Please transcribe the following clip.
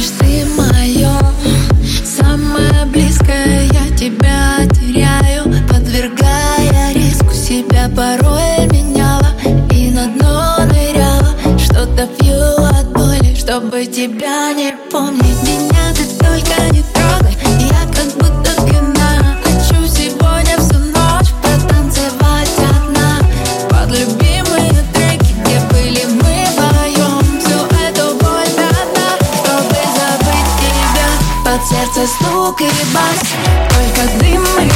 лишь ты мое самое близкое, я тебя теряю, подвергая риску себя. Порой меняла и на дно ныряла, что-то пью от боли, чтобы тебя не помнить. Меня ты только не трогай, я как будто пьяна. Хочу сегодня всю ночь потанцевать одна под любимые треки, где были мы вдвоем. Всю эту боль до дна, чтобы забыть тебя. Под сердце стук и бас, только дым и